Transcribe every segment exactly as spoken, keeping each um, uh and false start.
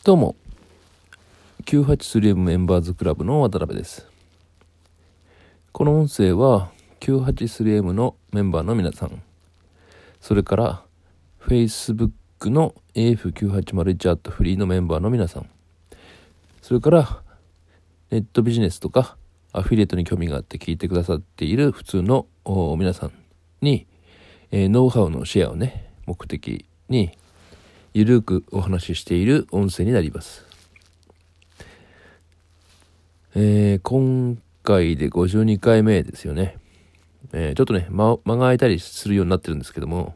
どうも きゅうはちスリーエム メンバーズクラブの渡辺です。この音声は きゅうはちスリーエム のメンバーの皆さん、それから Facebook の エーエフきゅうはちまるいち アットフリーのメンバーの皆さん、それからネットビジネスとかアフィリエイトに興味があって聞いてくださっている普通の皆さんに、えー、ノウハウのシェアをね目的にゆるくお話ししている音声になります。えー、今回でごじゅうにかいめですよね。えー、ちょっとね、間、間が空いたりするようになってるんですけども、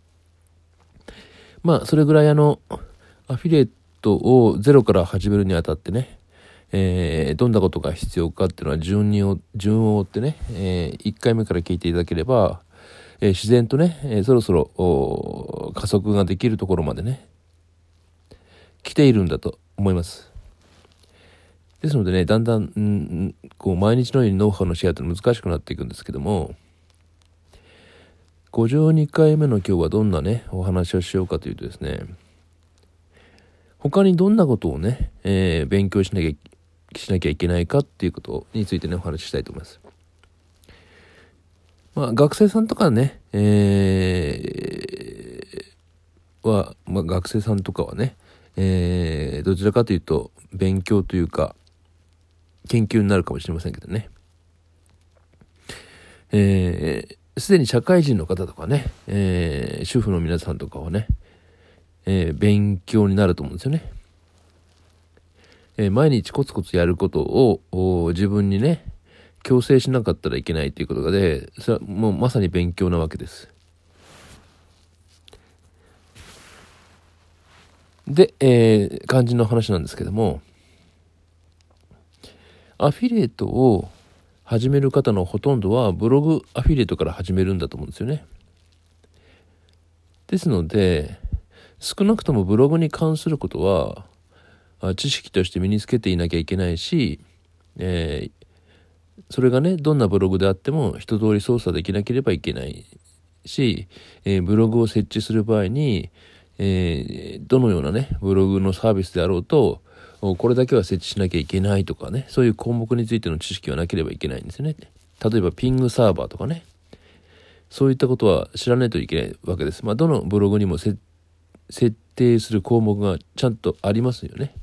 まあそれぐらいあのアフィリエイトをゼロから始めるにあたってね、えー、どんなことが必要かっていうのは順にを順を追ってね、えー、いっかいめから聞いていただければ、えー、自然とね、えー、そろそろ加速ができるところまでね来ているんだと思います。ですのでね、だんだん、うん、こう毎日のようにノウハウのシェアって難しくなっていくんですけども、ごじゅうにかいめの今日はどんなねお話をしようかというとですね、他にどんなことをね、えー、勉強しなきゃしなきゃいけないかっていうことについてねお話ししたいと思います。まあ学生さんとかね、えー、は、まあ、学生さんとかはね、えー、どちらかというと勉強というか研究になるかもしれませんけどね、えー、すでに社会人の方とかね、えー、主婦の皆さんとかはね、えー、勉強になると思うんですよね。えー、毎日コツコツやることを自分にね強制しなかったらいけないということで、それはもうまさに勉強なわけです。で、えー、肝心の話なんですけども、アフィリエイトを始める方のほとんどはブログアフィリエイトから始めるんだと思うんですよね。ですので、少なくともブログに関することは知識として身につけていなきゃいけないし、えーそれがねどんなブログであっても一通り操作できなければいけないし、えー、ブログを設置する場合に、えー、どのようなねブログのサービスであろうとこれだけは設置しなきゃいけないとかね、そういう項目についての知識はなければいけないんですよね。例えばピングサーバーとかね、そういったことは知らないといけないわけです。まあどのブログにも設定する項目がちゃんとありますよね。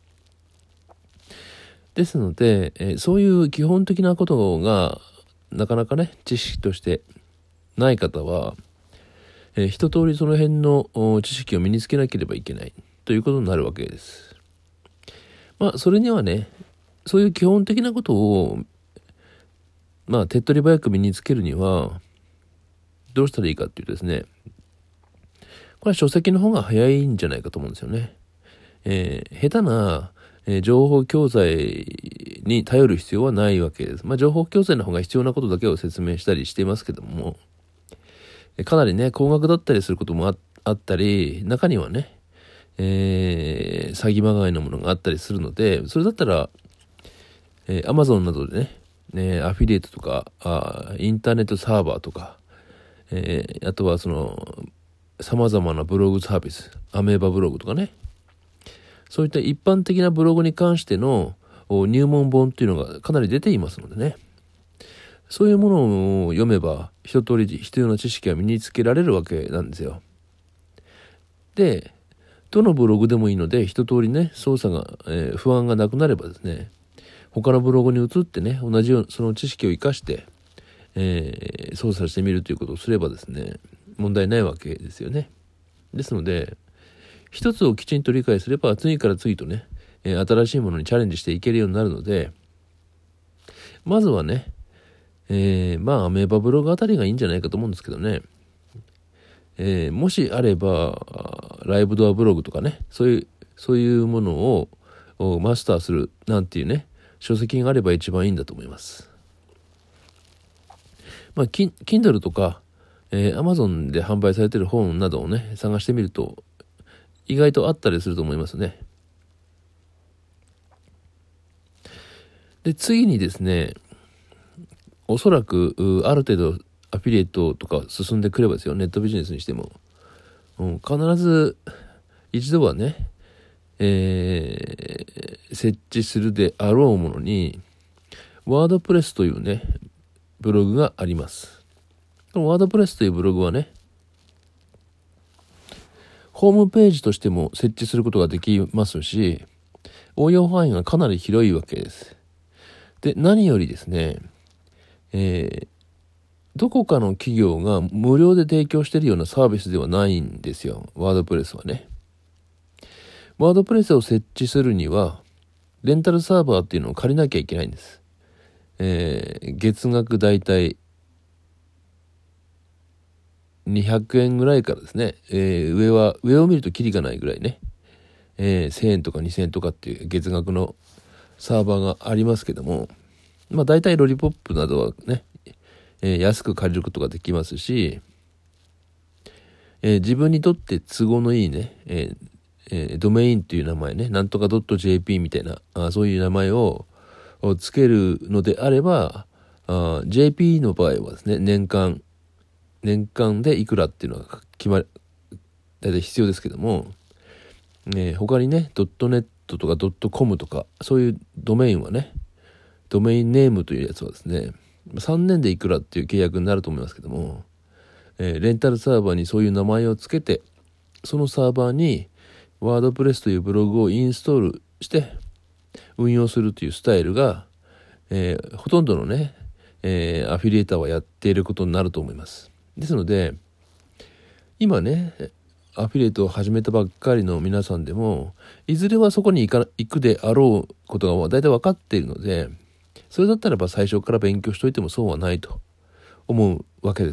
ですので、えー、そういう基本的なことがなかなかね知識としてない方は、えー、一通りその辺の知識を身につけなければいけないということになるわけです。まあそれにはねそういう基本的なことをまあ手っ取り早く身につけるにはどうしたらいいかっていうとですね、これは書籍の方が早いんじゃないかと思うんですよね。えー、下手なえー、情報教材に頼る必要はないわけです。まあ情報教材の方が必要なことだけを説明したりしていますけども、かなりね高額だったりすることも あ, あったり、中にはね、えー、詐欺まがいのものがあったりするので、それだったら、えー、Amazon などでね、ねアフィリエイトとかあインターネットサーバーとか、えー、あとはその様々なブログサービス、アメーバブログとかね、そういった一般的なブログに関しての入門本っていうのがかなり出ていますのでね、そういうものを読めば一通り必要な知識が身につけられるわけなんですよ。で、どのブログでもいいので一通りね操作が、えー、不安がなくなればですね、他のブログに移ってね同じようその知識を生かして、えー、操作してみるということをすればですね問題ないわけですよね。ですので一つをきちんと理解すれば次から次とね、えー、新しいものにチャレンジしていけるようになるので、まずはね、えー、まあアメーバブログあたりがいいんじゃないかと思うんですけどね、えー、もしあればライブドアブログとかね、そういうそういうものをマスターするなんていうね書籍があれば一番いいんだと思います。まあ Kindle とか、えー、Amazon で販売されている本などをね探してみると意外とあったりすると思いますね。で、次にですね、おそらくある程度アフィリエイトとか進んでくればですよ、ネットビジネスにしても、うん、必ず一度はね、 えー、設置するであろうものに、ワードプレスというね、ブログがあります。このワードプレスというブログはね、ホームページとしても設置することができますし、応用範囲がかなり広いわけです。で、何よりですね、えー、どこかの企業が無料で提供しているようなサービスではないんですよ。ワードプレスはね。ワードプレスを設置するには、レンタルサーバーっていうのを借りなきゃいけないんです。えー、月額だいたいにひゃくえんぐらいからですね、えー、上は、上を見るとキリがないぐらいね、えー、せんえんとかにせんえんとかっていう月額のサーバーがありますけども、まあ大体ロリポップなどはね、えー、安く借りることができますし、えー、自分にとって都合のいいね、えーえー、ドメインという名前ね、なんとか .jp みたいな、あそういう名前をつけるのであれば、あ ジェーピー の場合はですね、年間、年間でいくらっていうのが決まり、大体必要ですけども、えー、他にね、ドットネットとかドットコムとか、そういうドメインはね、ドメインネームというやつはですね、さんねんでいくらっていう契約になると思いますけども、えー、レンタルサーバーにそういう名前をつけて、そのサーバーにワードプレスというブログをインストールして運用するというスタイルが、えー、ほとんどのね、えー、アフィリエーターはやっていることになると思います。ですので、今ね、アフィリエイトを始めたばっかりの皆さんでも、いずれはそこに行か行くであろうことが大体分かっているので、それだったらば最初から勉強しておいても損はないと思うわけです。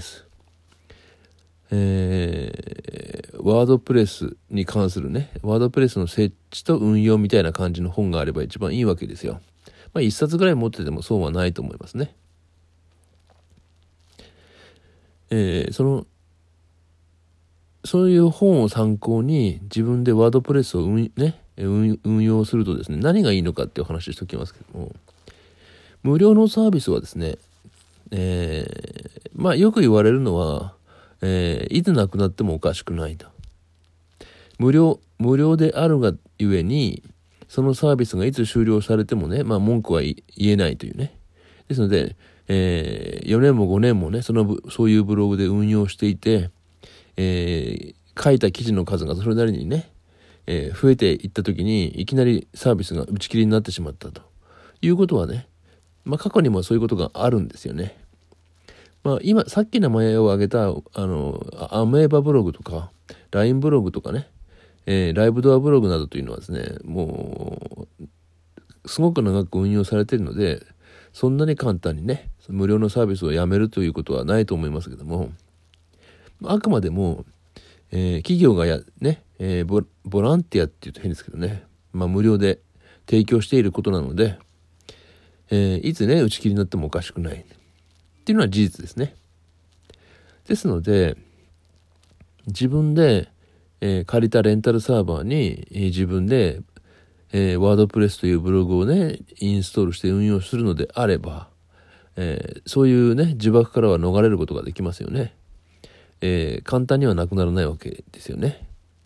えー、ワードプレスに関するね、ワードプレスの設置と運用みたいな感じの本があれば一番いいわけですよ。まあ一冊ぐらい持ってても損はないと思いますね。えー、そのそういう本を参考に自分でワードプレスを運、ね、運, 運用するとですね、何がいいのかっていう話をしておきますけども、無料のサービスはですね、えー、まあよく言われるのは、えー、いつなくなってもおかしくないと。無料、無料であるがゆえに、そのサービスがいつ終了されてもね、まあ文句は言えないというね。ですので、えー、よねんもごねんもね、その、そういうブログで運用していて、えー、書いた記事の数がそれなりにね、えー、増えていった時にいきなりサービスが打ち切りになってしまったということはね、まあ過去にもそういうことがあるんですよね。まあ今さっき名前を挙げたあのアメーバブログとか ライン ブログとかね、えー、ライブドアブログなどというのはですね、もうすごく長く運用されているので、そんなに簡単にね無料のサービスをやめるということはないと思いますけども、あくまでも、えー、企業がやね、えー、ボ, ボランティアって言うと変ですけどね、まあ無料で提供していることなので、えー、いつね打ち切りになってもおかしくないっていうのは事実ですね。ですので自分で、えー、借りたレンタルサーバーに、えー、自分で、えー、ワードプレスというブログをねインストールして運用するのであれば、えー、そういうね呪縛からは逃れることができますよね。えー、簡単にはなくならないわけですよね。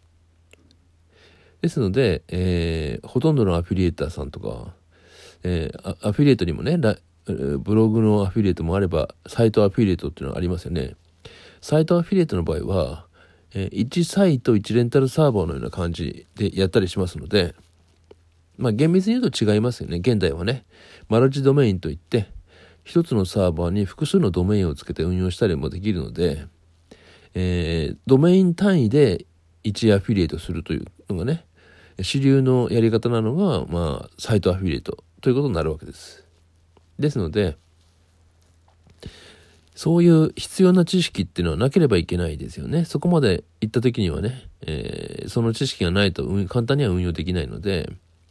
ですので、えー、ほとんどのアフィリエーターさんとか、えー、アフィリエイトにもね、ブログのアフィリエイトもあれば、サイトアフィリエイトっていうのがありますよね。サイトアフィリエイトの場合は、えー、いちサイトいちレンタルサーバーのような感じでやったりしますので、まあ厳密に言うと違いますよね。現代はね、マルチドメインといって、一つのサーバーに複数のドメインをつけて運用したりもできるので、えー、ドメイン単位でいちアフィリエイトするというのがね、主流のやり方なのが、まあ、サイトアフィリエイトということになるわけです。ですので、そういう必要な知識っていうのはなければいけないですよね。そこまで行った時にはね、えー、その知識がないと簡単には運用できないので、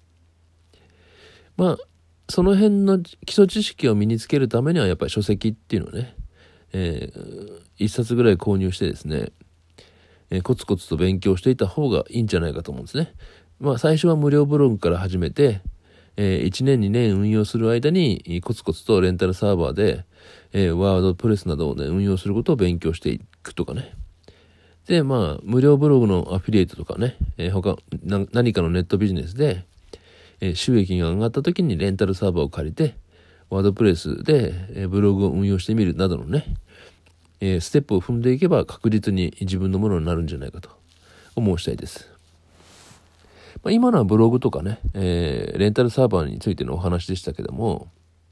まあ、その辺の基礎知識を身につけるためにはやっぱり書籍っていうのをね、えー、一冊ぐらい購入してですね、えー、コツコツと勉強していた方がいいんじゃないかと思うんですね。まあ最初は無料ブログから始めて、えー、いちねんにねん運用する間にコツコツとレンタルサーバーで、えー、ワードプレスなどをね運用することを勉強していくとかね、 で、まあ、無料ブログのアフィリエイトとかね、えー、他な、何かのネットビジネスで、えー、収益が上がった時にレンタルサーバーを借りて、ワードプレスで、えー、ブログを運用してみるなどのね、えー、ステップを踏んでいけば確実に自分のものになるんじゃないかと思う次第です。まあ、今のはブログとかね、えー、レンタルサーバーについてのお話でしたけども、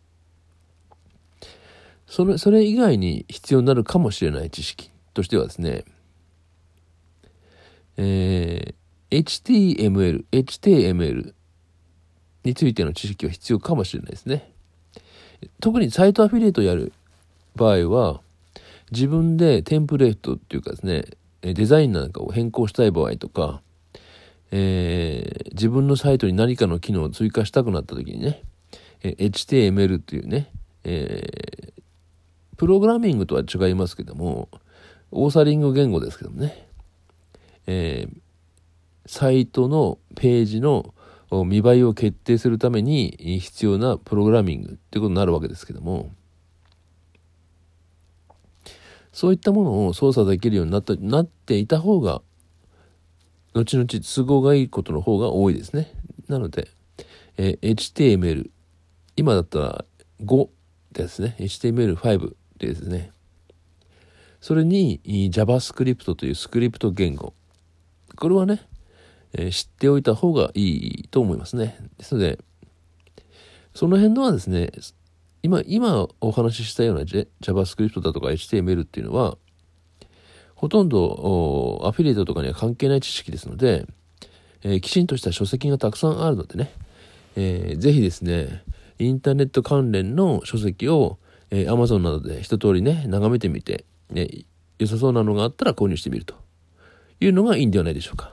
それ、それ以外に必要になるかもしれない知識としてはですね、えー、エイチティーエムエル、エイチティーエムエル についての知識は必要かもしれないですね。特にサイトアフィリエイトをやる場合は、自分でテンプレートっていうかですね、デザインなんかを変更したい場合とか、えー、自分のサイトに何かの機能を追加したくなった時にね、エイチティーエムエル っていうね、えー、プログラミングとは違いますけども、オーサリング言語ですけどもね、えー、サイトのページの見栄えを決定するために必要なプログラミングっていうことになるわけですけども、そういったものを操作できるようになった、なっていた方が、後々都合がいいことの方が多いですね。なので、えー、エイチティーエムエル、今だったらごですね、エイチティーエムエルファイブ でですね、それに JavaScript というスクリプト言語、これはね、えー、知っておいた方がいいと思いますね。ですので、その辺のはですね、今、今お話ししたような JavaScript だとか エイチティーエムエル っていうのは、ほとんどアフィリエイトとかには関係ない知識ですので、えー、きちんとした書籍がたくさんあるのでね、えー、ぜひですね、インターネット関連の書籍を、えー、Amazon などで一通りね、眺めてみて、ね、良さそうなのがあったら購入してみるというのがいいんではないでしょうか。